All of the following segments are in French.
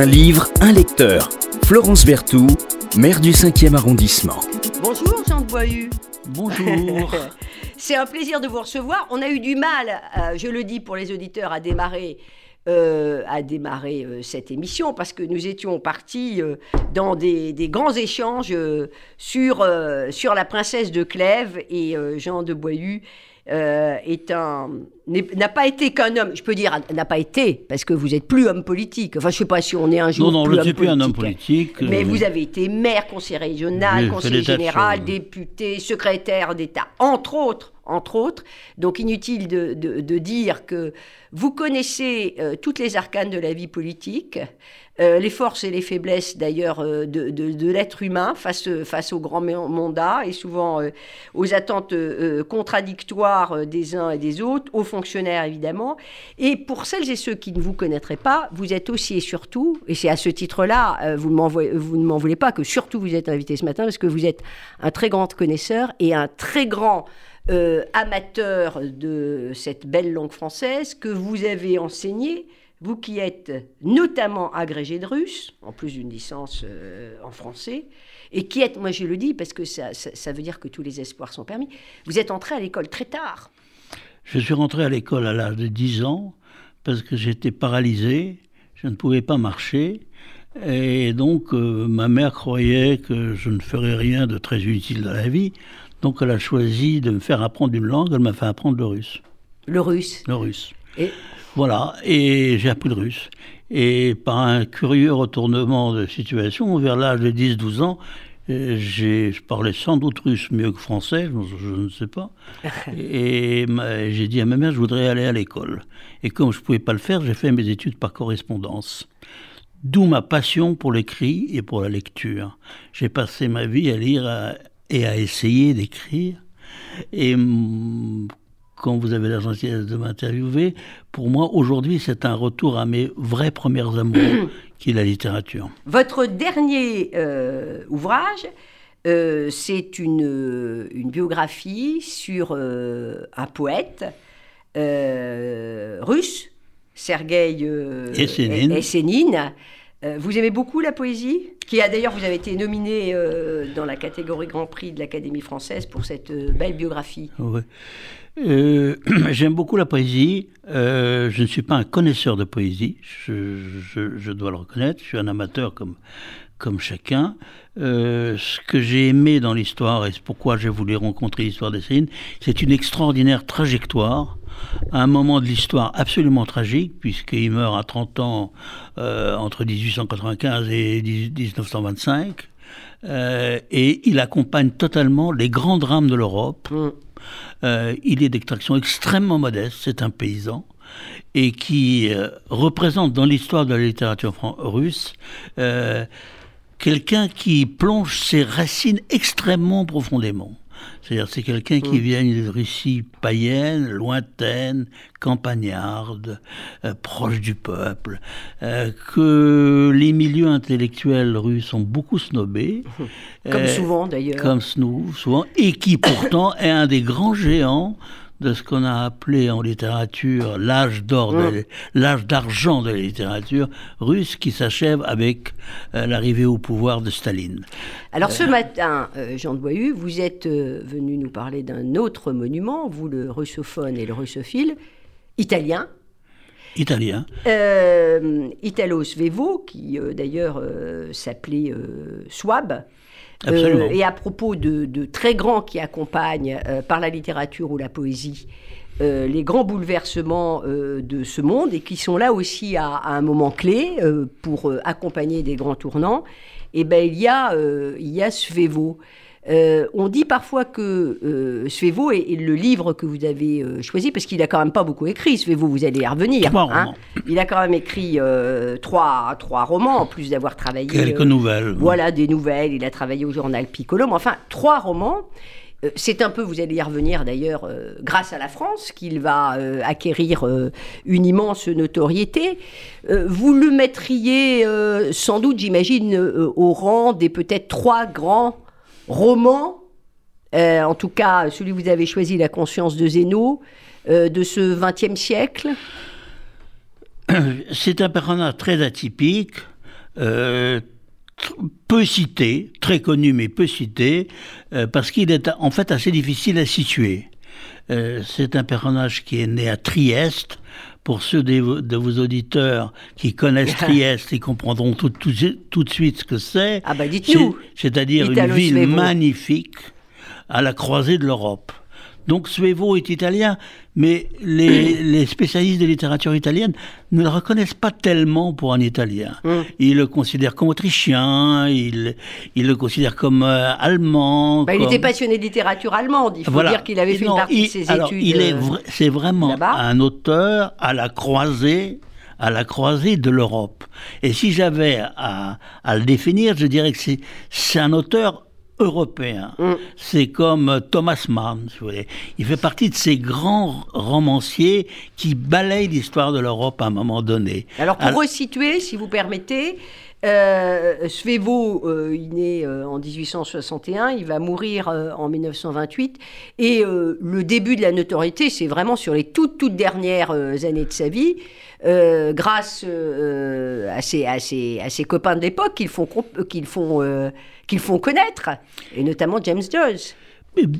Un livre, un lecteur. Florence Berthoud, maire du 5e arrondissement. Bonjour Jean de Boyhu. Bonjour. C'est un plaisir de vous recevoir. On a eu du mal, je le dis pour les auditeurs, à démarrer cette émission parce que nous étions partis dans des grands échanges sur la princesse de Clèves et Jean de Boyhu n'a pas été qu'un homme, je peux dire n'a pas été, parce que vous n'êtes plus homme politique. Enfin, je ne sais pas si on est un jour non, plus je homme ne suis plus politique. un homme politique. Mais vous avez été maire, conseiller régional, conseiller général, député, secrétaire d'État, entre autres. Donc, inutile de dire que vous connaissez toutes les arcanes de la vie politique, les forces et les faiblesses d'ailleurs de l'être humain face aux grands mandats et souvent aux attentes contradictoires des uns et des autres, aux fonctionnaires évidemment. Et pour celles et ceux qui ne vous connaîtraient pas, vous êtes aussi et surtout, et c'est à ce titre-là, vous ne m'en voulez pas que surtout vous êtes invité ce matin, parce que vous êtes un très grand connaisseur et un très grand amateur de cette belle langue française que vous avez enseignée, vous qui êtes notamment agrégé de russe, en plus d'une licence en français, et qui êtes, moi je le dis parce que ça veut dire que tous les espoirs sont permis, vous êtes entré à l'école très tard. Je suis rentré à l'école à l'âge de 10 ans parce que j'étais paralysé, je ne pouvais pas marcher. Et donc, ma mère croyait que je ne ferais rien de très utile dans la vie. Donc, elle a choisi de me faire apprendre une langue. Elle m'a fait apprendre le russe. Le russe. Le russe. Et voilà. Et j'ai appris le russe. Et par un curieux retournement de situation, vers l'âge de 10-12 ans, je parlais sans doute russe mieux que français, je ne sais pas. Et j'ai dit à ma mère, je voudrais aller à l'école. Et comme je ne pouvais pas le faire, j'ai fait mes études par correspondance. D'où ma passion pour l'écrit et pour la lecture. J'ai passé ma vie à lire et à essayer d'écrire. Et quand vous avez la gentillesse de m'interviewer, pour moi, aujourd'hui, c'est un retour à mes vraies premières amours, qui est la littérature. Votre dernier ouvrage, c'est une biographie sur un poète russe, Sergueï Essénine. Vous aimez beaucoup la poésie, qui a d'ailleurs, vous avez été nominé dans la catégorie Grand Prix de l'Académie française pour cette belle biographie. Ouais. J'aime beaucoup la poésie. Je ne suis pas un connaisseur de poésie, je dois le reconnaître. Je suis un amateur comme chacun. Ce que j'ai aimé dans l'histoire, et c'est pourquoi j'ai voulu rencontrer l'histoire d'Essénine, c'est une extraordinaire trajectoire, à un moment de l'histoire absolument tragique, puisqu'il meurt à 30 ans entre 1895 et 1925, et il accompagne totalement les grands drames de l'Europe. Il est d'extraction extrêmement modeste, c'est un paysan, et qui représente dans l'histoire de la littérature russe quelqu'un qui plonge ses racines extrêmement profondément. C'est-à-dire c'est quelqu'un qui vient d'une Russie païenne, lointaine, campagnarde, proche du peuple, que les milieux intellectuels russes ont beaucoup snobé. Comme souvent d'ailleurs. Comme souvent, et qui pourtant est un des grands géants de ce qu'on a appelé en littérature l'âge d'argent de la littérature russe, qui s'achève avec l'arrivée au pouvoir de Staline. Alors ce matin, Jean de Boyhu, vous êtes venu nous parler d'un autre monument, vous le russophone et le russophile, italien. Italo Svevo, qui d'ailleurs s'appelait Souabe. Et à propos de très grands qui accompagnent par la littérature ou la poésie les grands bouleversements de ce monde et qui sont là aussi à un moment clé pour accompagner des grands tournants, et ben il y a Svevo. On dit parfois que Svevo est le livre que vous avez choisi, parce qu'il n'a quand même pas beaucoup écrit, Svevo, vous allez y revenir. 3 romans. Il a quand même écrit 3 romans, en plus d'avoir travaillé... Quelques nouvelles. Voilà, des nouvelles. Il a travaillé au journal Piccolo. Mais enfin, 3 romans. C'est un peu, vous allez y revenir d'ailleurs, grâce à la France, qu'il va acquérir une immense notoriété. Vous le mettriez sans doute, j'imagine, au rang des peut-être 3 grands romans, en tout cas celui que vous avez choisi, La conscience de Zéno, de ce XXe siècle. C'est un personnage très atypique, peu cité, très connu mais peu cité, parce qu'il est en fait assez difficile à situer. C'est un personnage qui est né à Trieste. Pour ceux de vos auditeurs qui connaissent Trieste, ils comprendront tout de suite ce que c'est. Ah bah dites-nous. C'est-à-dire une ville magnifique à la croisée de l'Europe. Donc Svevo est italien, mais les spécialistes de littérature italienne ne le reconnaissent pas tellement pour un Italien. Ils le considèrent comme autrichien, ils le considèrent comme allemand. Il était passionné de littérature allemande, il faut dire qu'il avait fait une partie de ses études. C'est vraiment un auteur à la croisée de l'Europe. Et si j'avais à le définir, je dirais que c'est un auteur européen. C'est comme Thomas Mann, si vous voulez. Il fait partie de ces grands romanciers qui balayent l'histoire de l'Europe à un moment donné. Alors pour resituer, si vous permettez, Svevo, il naît en 1861, il va mourir en 1928, et le début de la notoriété, c'est vraiment sur les toutes dernières années de sa vie, grâce à ses copains de l'époque qu'ils font connaître, et notamment James Joyce. Pardon ?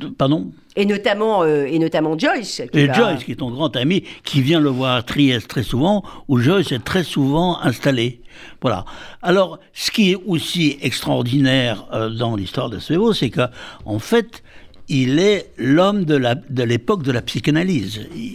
Et notamment Joyce. Joyce, qui est ton grand ami, qui vient le voir à Trieste très souvent, où Joyce est très souvent installé. Voilà. Alors, ce qui est aussi extraordinaire dans l'histoire de Svevo, c'est qu'en fait, il est l'homme de l'époque de la psychanalyse. Il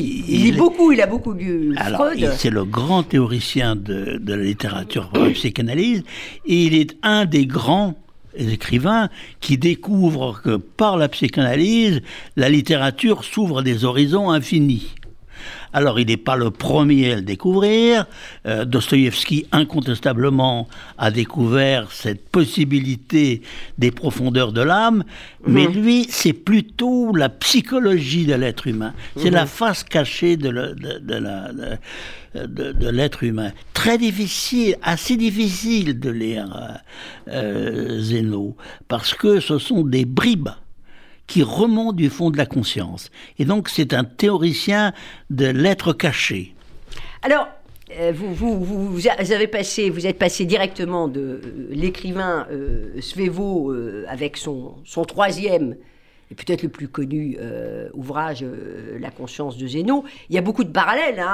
a beaucoup lu Freud. C'est le grand théoricien de la littérature par la psychanalyse, et il est un des grands écrivains qui découvrent que par la psychanalyse, la littérature s'ouvre des horizons infinis. Alors, il n'est pas le premier à le découvrir. Dostoïevski, incontestablement, a découvert cette possibilité des profondeurs de l'âme. Mais lui, c'est plutôt la psychologie de l'être humain. C'est la face cachée de l'être humain. Très difficile, assez difficile de lire Zeno, parce que ce sont des bribes qui remonte du fond de la conscience. Et donc, c'est un théoricien de l'être caché. Alors, vous êtes passé directement de l'écrivain Svevo avec son troisième, et peut-être le plus connu ouvrage, La conscience de Zénon. Il y a beaucoup de parallèles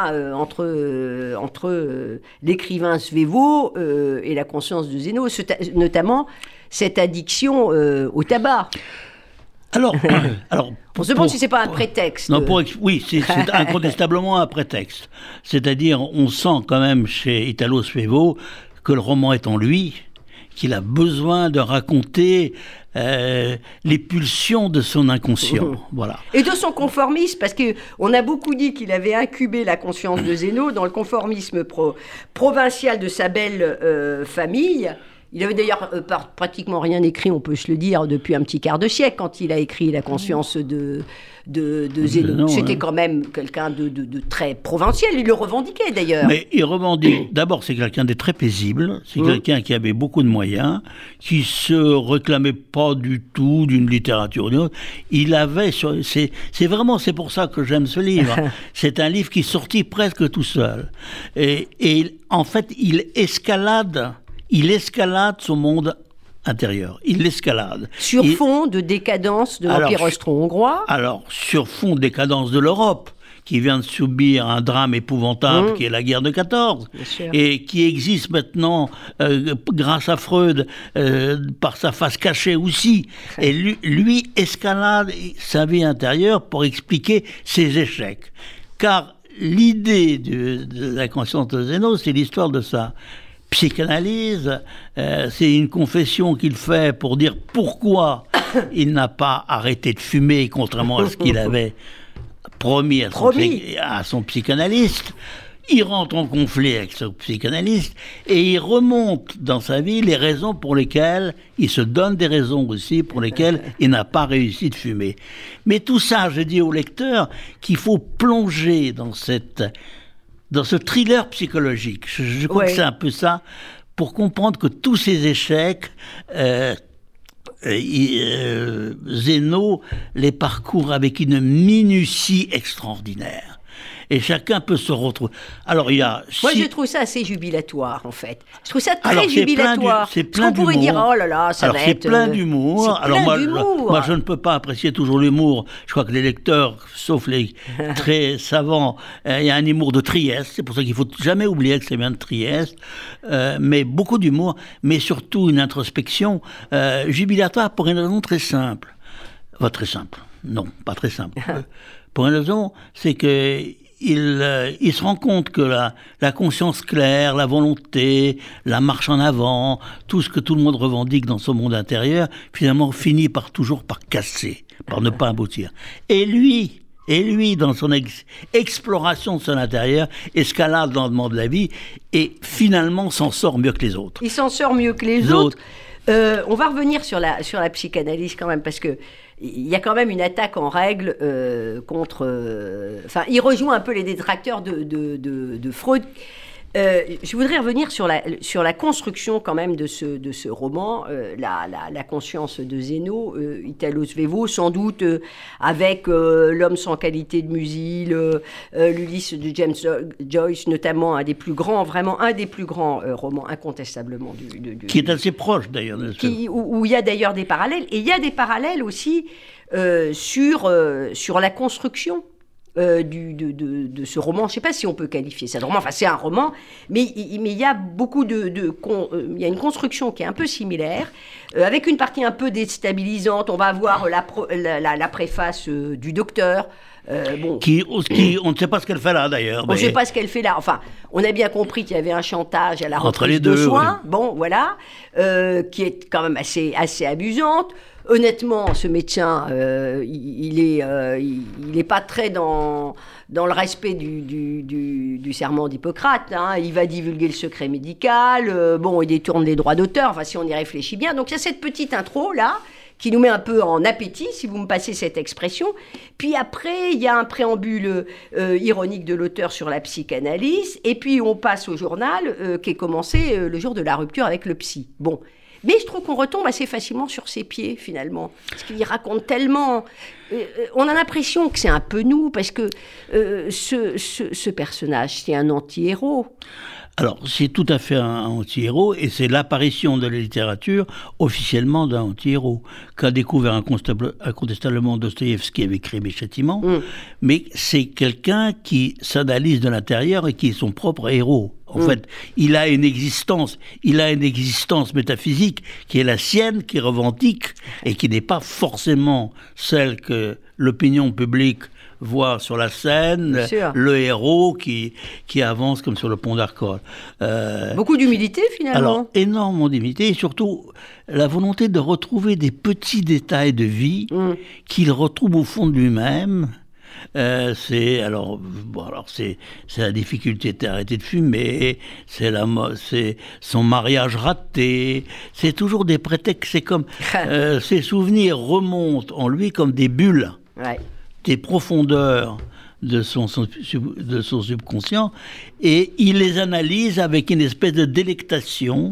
entre l'écrivain Svevo et La conscience de Zénon, notamment cette addiction au tabac. Alors, on se demande si c'est pas un prétexte. Non, oui, c'est incontestablement un prétexte. C'est-à-dire, on sent quand même chez Italo Svevo que le roman est en lui, qu'il a besoin de raconter les pulsions de son inconscient. Voilà. Et de son conformisme, parce qu'on a beaucoup dit qu'il avait incubé la conscience de Zénon dans le conformisme provincial de sa belle famille. Il avait d'ailleurs pratiquement rien écrit, on peut se le dire, depuis un petit quart de siècle, quand il a écrit La conscience de Zénon. C'était quand même quelqu'un de très provincial, il le revendiquait d'ailleurs. Mais il revendique, d'abord c'est quelqu'un de très paisible, c'est quelqu'un qui avait beaucoup de moyens, qui se réclamait pas du tout d'une littérature. Il avait, c'est pour ça que j'aime ce livre, c'est un livre qui sortit presque tout seul. Et en fait, il escalade son monde intérieur. Il l'escalade. Sur fond de décadence de l'Empire austro-hongrois. Alors, sur fond de décadence de l'Europe, qui vient de subir un drame épouvantable qui est la guerre de 14, et qui existe maintenant grâce à Freud, par sa face cachée aussi. Et lui escalade sa vie intérieure pour expliquer ses échecs. Car l'idée de la conscience de Zénon, c'est l'histoire de ça. Psychanalyse, c'est une confession qu'il fait pour dire pourquoi il n'a pas arrêté de fumer, contrairement à ce qu'il avait promis à son psychanalyste. Il rentre en conflit avec son psychanalyste et il remonte dans sa vie les raisons pour lesquelles, il se donne des raisons aussi pour lesquelles il n'a pas réussi de fumer. Mais tout ça, je dis au lecteur qu'il faut plonger dans ce thriller psychologique. Je crois que c'est un peu ça, pour comprendre que tous ces échecs, Zénon les parcourt avec une minutie extraordinaire. et chacun peut se retrouver. Alors il y a... Moi je trouve ça assez jubilatoire en fait. Je trouve ça très jubilatoire. C'est plein d'humour. On pourrait dire oh là là, ça va être... c'est plein d'humour. Alors moi je ne peux pas apprécier toujours l'humour. Je crois que les lecteurs, sauf les très savants, il y a un humour de Trieste. C'est pour ça qu'il faut jamais oublier que c'est bien de Trieste. Mais beaucoup d'humour, mais surtout une introspection jubilatoire pour une raison très simple. Pas très simple. Non, pas très simple. Pour une raison, c'est que il se rend compte que la conscience claire, la volonté, la marche en avant, tout ce que tout le monde revendique dans son monde intérieur, finalement finit toujours par casser, par ne pas aboutir. Et lui, dans son exploration de son intérieur, escalade dans le monde de la vie et finalement s'en sort mieux que les autres. Il s'en sort mieux que les autres. On va revenir sur la psychanalyse quand même, parce que il y a quand même une attaque en règle contre... il rejoint un peu les détracteurs de Freud. Je voudrais revenir sur la construction quand même de ce roman, la conscience de Zeno, Italo Svevo, sans doute avec L'homme sans qualité de Musil, l'Ulysse de James Joyce, notamment un des plus grands romans incontestablement qui est assez proche d'ailleurs. Où il y a d'ailleurs des parallèles, et il y a des parallèles aussi sur la construction de ce roman. Je ne sais pas si on peut qualifier ça de roman, enfin c'est un roman, mais il y a beaucoup il y a une construction qui est un peu similaire, avec une partie un peu déstabilisante. On va avoir la préface du docteur, on ne sait pas ce qu'elle fait là d'ailleurs. On ne sait pas ce qu'elle fait là. Enfin, on a bien compris qu'il y avait un chantage à la reprise de soins, bon voilà, qui est quand même assez amusante. Honnêtement, ce médecin, il est pas très dans le respect du serment d'Hippocrate. Hein. Il va divulguer le secret médical. Il détourne les droits d'auteur. Enfin, si on y réfléchit bien. Donc, il y a cette petite intro là qui nous met un peu en appétit, si vous me passez cette expression. Puis après, il y a un préambule ironique de l'auteur sur la psychanalyse. Et puis, on passe au journal qui est commencé le jour de la rupture avec le psy. Bon. Mais je trouve qu'on retombe assez facilement sur ses pieds, finalement. Parce qu'il raconte tellement... on a l'impression que c'est un peu nous, parce que ce personnage, c'est un anti-héros. Alors, c'est tout à fait un anti-héros, et c'est l'apparition de la littérature officiellement d'un anti-héros, qu'a découvert incontestablement Dostoïevski avec Crime et Châtiment, mais c'est quelqu'un qui s'analyse de l'intérieur et qui est son propre héros. En fait, il a une existence métaphysique qui est la sienne, qui revendique, et qui n'est pas forcément celle que l'opinion publique voit sur la scène, le héros qui avance comme sur le pont d'Arcole. Beaucoup d'humilité finalement. Alors, énormément d'humilité, et surtout la volonté de retrouver des petits détails de vie qu'il retrouve au fond de lui-même. C'est la difficulté d'arrêter de fumer, c'est son mariage raté, c'est toujours des prétextes. C'est comme ces souvenirs remontent en lui comme des bulles, des profondeurs de son subconscient, et il les analyse avec une espèce de délectation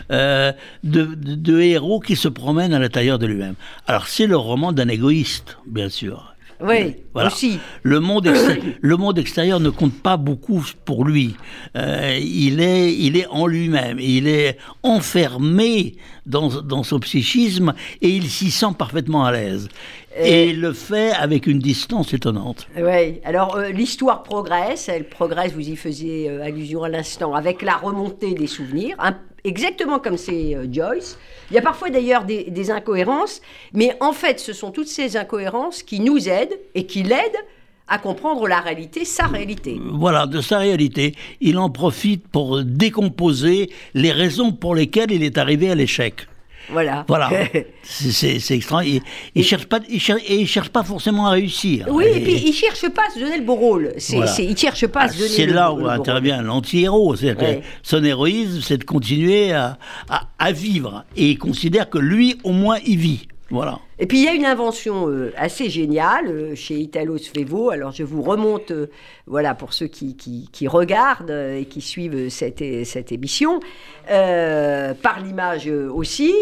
de héros qui se promènent à l'intérieur de lui-même. Alors c'est le roman d'un égoïste, bien sûr. Oui, voilà. Aussi. Le monde extérieur ne compte pas beaucoup pour lui. Il est en lui-même. Il est enfermé dans son psychisme et il s'y sent parfaitement à l'aise. Et il le fait avec une distance étonnante. Oui, alors l'histoire progresse. Elle progresse, vous y faisiez allusion à l'instant, avec la remontée des souvenirs. Exactement comme c'est Joyce. Il y a parfois d'ailleurs des incohérences, mais en fait, ce sont toutes ces incohérences qui nous aident et qui l'aident à comprendre la réalité, sa réalité. Voilà, de sa réalité. Il en profite pour décomposer les raisons pour lesquelles il est arrivé à l'échec. Voilà. C'est extra. Il cherche pas forcément à réussir. Oui, et puis il cherche pas à se donner le beau rôle. Il cherche pas à se donner le beau rôle. C'est là où intervient l'anti-héros. C'est-à-dire que son héroïsme, c'est de continuer à vivre. Et il considère que lui, au moins, il vit. Voilà. Et puis il y a une invention assez géniale chez Italo Svevo. Alors je vous remonte, pour ceux qui regardent et qui suivent cette émission, par l'image aussi.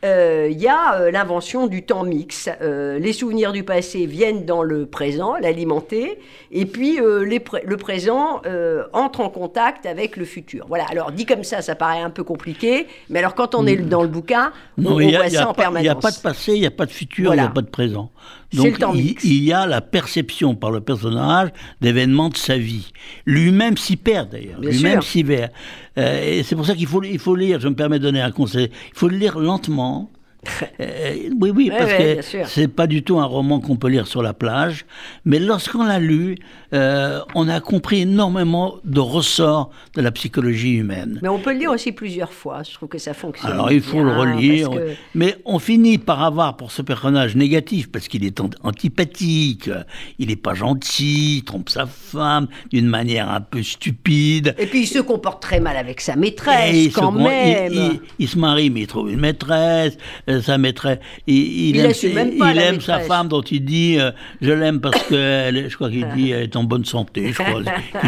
il y a l'invention du temps mix. Les souvenirs du passé viennent dans le présent, l'alimenter, et puis le présent entre en contact avec le futur. Voilà, alors dit comme ça paraît un peu compliqué, mais alors quand on est dans le bouquin, on voit ça en permanence. Il n'y a pas de passé, il n'y a pas de futur, il n'y a pas de présent. Donc il y a la perception par le personnage d'événements de sa vie. Lui-même s'y perd d'ailleurs, lui-même s'y perd. Et c'est pour ça qu'il faut lire, je me permets de donner un conseil, il faut le lire lentement. Oui, parce que c'est pas du tout un roman qu'on peut lire sur la plage, mais lorsqu'on l'a lu, on a compris énormément de ressorts de la psychologie humaine. Mais on peut le lire aussi plusieurs fois, je trouve que ça fonctionne. Alors il faut le relire, mais on finit par avoir pour ce personnage négatif, parce qu'il est antipathique, il n'est pas gentil, il trompe sa femme d'une manière un peu stupide. Et puis il se comporte très mal avec sa maîtresse, quand même. Il se marie, mais il trouve une maîtresse. Sa maîtresse, il aime sa femme dont il dit je l'aime parce que je crois qu'il dit elle est en bonne santé, je crois.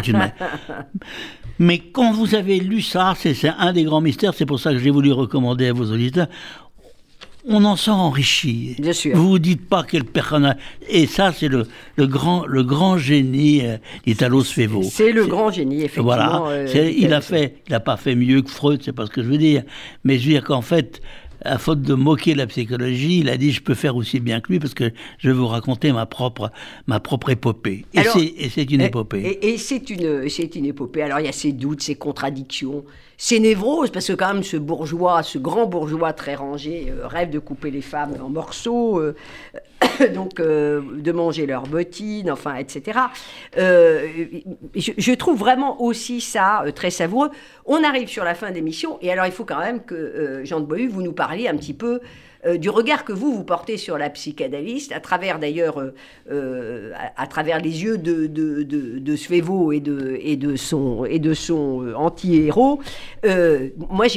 Mais quand vous avez lu ça, c'est un des grands mystères, c'est pour ça que j'ai voulu recommander à vos auditeurs. On en sort enrichi. Bien sûr. Vous vous dites pas quel personnage. Et ça, c'est le grand génie d'Italo Svevo. C'est le grand génie, effectivement. Voilà. Il a pas fait mieux que Freud, c'est pas ce que je veux dire. Mais je veux dire qu'en fait, à faute de moquer la psychologie, il a dit je peux faire aussi bien que lui parce que je vais vous raconter ma propre épopée. Et c'est une épopée. Et c'est une épopée. Alors il y a ses doutes, ses contradictions, ses névroses, parce que quand même ce grand bourgeois très rangé, rêve de couper les femmes en morceaux, donc de manger leurs bottines, enfin, etc. Je trouve vraiment aussi ça très savoureux. On arrive sur la fin d'émission, et alors il faut quand même que Jean de Boëhuc, vous nous parliez un petit peu du regard que vous portez sur la psychanalyse, à travers d'ailleurs, à travers les yeux de Svevo et de son anti-héros. Moi,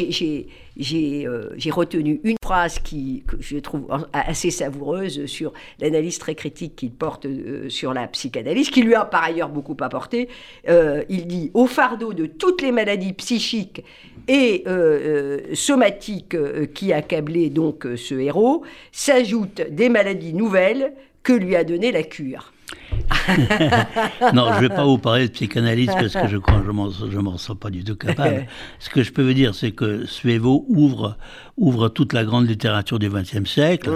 j'ai retenu une phrase que je trouve assez savoureuse sur l'analyse très critique qu'il porte sur la psychanalyse, qui lui a par ailleurs beaucoup apporté. Il dit « Au fardeau de toutes les maladies psychiques et somatiques qui accablaient donc ce héros, s'ajoutent des maladies nouvelles que lui a donné la cure. » Non, je ne vais pas vous parler de psychanalyse parce que je crois que je m'en sens pas du tout capable. Ce que je peux vous dire, c'est que Svevo ouvre toute la grande littérature du XXe siècle,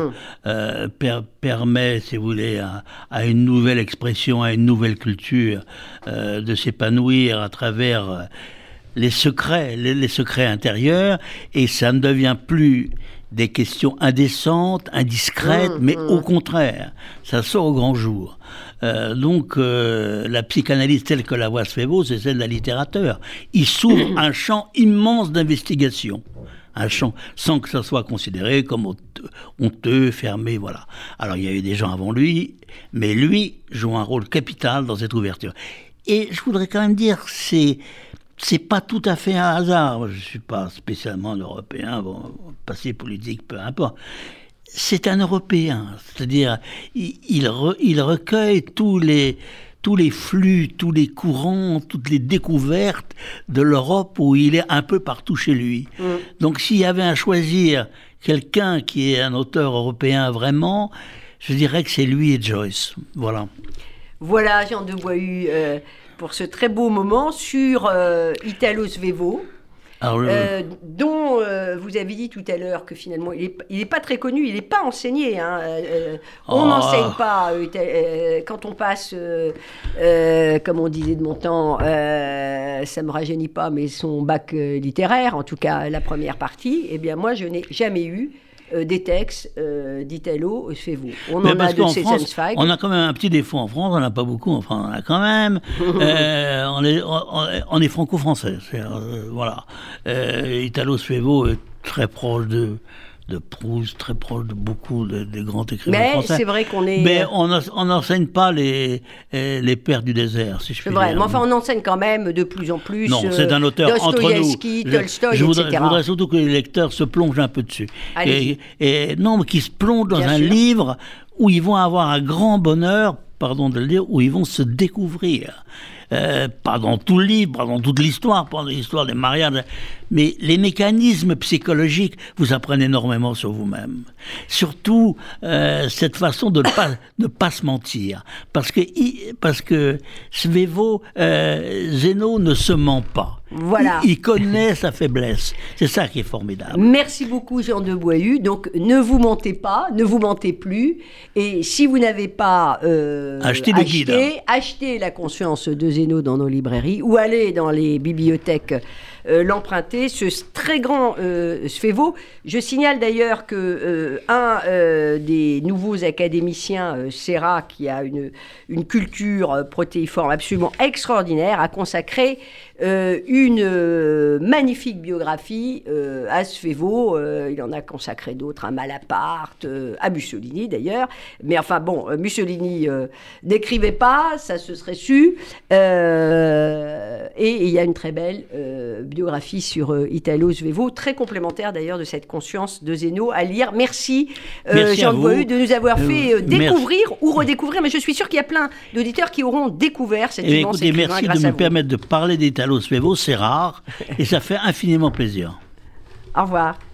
permet, si vous voulez, à une nouvelle expression, à une nouvelle culture de s'épanouir à travers les secrets intérieurs, et ça ne devient plus des questions indécentes, indiscrètes, mais au contraire, ça sort au grand jour. Donc, la psychanalyse telle que la voit Svevo, c'est celle d'un littérateur. Il s'ouvre un champ immense d'investigation. Un champ, sans que ça soit considéré comme honteux, fermé, voilà. Alors, il y a eu des gens avant lui, mais lui joue un rôle capital dans cette ouverture. Et je voudrais quand même dire, c'est pas tout à fait un hasard. Je suis pas spécialement européen, passé politique, peu importe. C'est un Européen, c'est-à-dire il recueille tous les flux, tous les courants, toutes les découvertes de l'Europe où il est un peu partout chez lui. Donc s'il y avait à choisir quelqu'un qui est un auteur européen vraiment, je dirais que c'est lui et Joyce. Voilà. Voilà, Jean de Boëhuc, pour ce très beau moment sur Italo Svevo. Dont vous avez dit tout à l'heure que finalement il est pas très connu, il n'est pas enseigné. On n'enseigne pas quand on passe, comme on disait de mon temps, ça me rajeunit pas, mais son bac littéraire, en tout cas la première partie. Eh bien moi je n'ai jamais eu des textes d'Italo Svevo. On en a de Sezensweig. On a quand même un petit défaut en France, on n'en a pas beaucoup, enfin on en a quand même. On est franco-français. Voilà. Italo Svevo est très proche de Proust, très proche de beaucoup des grands écrivains français. Mais c'est vrai qu'on est... Mais on n'enseigne pas les pères du désert, si je puis dire. C'est vrai, mais enfin on enseigne quand même de plus en plus... Non, c'est un auteur entre nous. Dostoïevski, Tolstoï, etc. Je voudrais surtout que les lecteurs se plongent un peu dessus. Non, mais qu'ils se plongent dans un livre où ils vont avoir un grand bonheur, pardon de le dire, où ils vont se découvrir. pas dans tout le livre, pas dans toute l'histoire, pas dans l'histoire des mariages, mais les mécanismes psychologiques, vous apprenez énormément sur vous-même. Surtout, cette façon de ne pas se mentir. Parce que Svevo, Zeno ne se ment pas. Voilà. Il connaît sa faiblesse. C'est ça qui est formidable. Merci beaucoup, Jean de Boihu. Donc, ne vous mentez pas, ne vous mentez plus. Et si vous n'avez pas achetez la conscience de Zeno dans nos librairies ou allez dans les bibliothèques l'emprunter, ce très grand Svevo. Je signale d'ailleurs que un des nouveaux académiciens, Serra, qui a une culture protéiforme absolument extraordinaire, a consacré une magnifique biographie à Svevo. Il en a consacré d'autres, à Malaparte, à Mussolini d'ailleurs. Mais enfin bon, Mussolini n'écrivait pas, ça se serait su. Et il y a une très belle biographie sur Italo Svevo, très complémentaire d'ailleurs de cette conscience de Zeno à lire. Merci Jean de Boihu de nous avoir fait découvrir ou redécouvrir, mais je suis sûr qu'il y a plein d'auditeurs qui auront découvert cet immense écrivain merci grâce de à me vous. permettre de parler d'Italo Svevo, c'est rare et ça fait infiniment plaisir. Au revoir.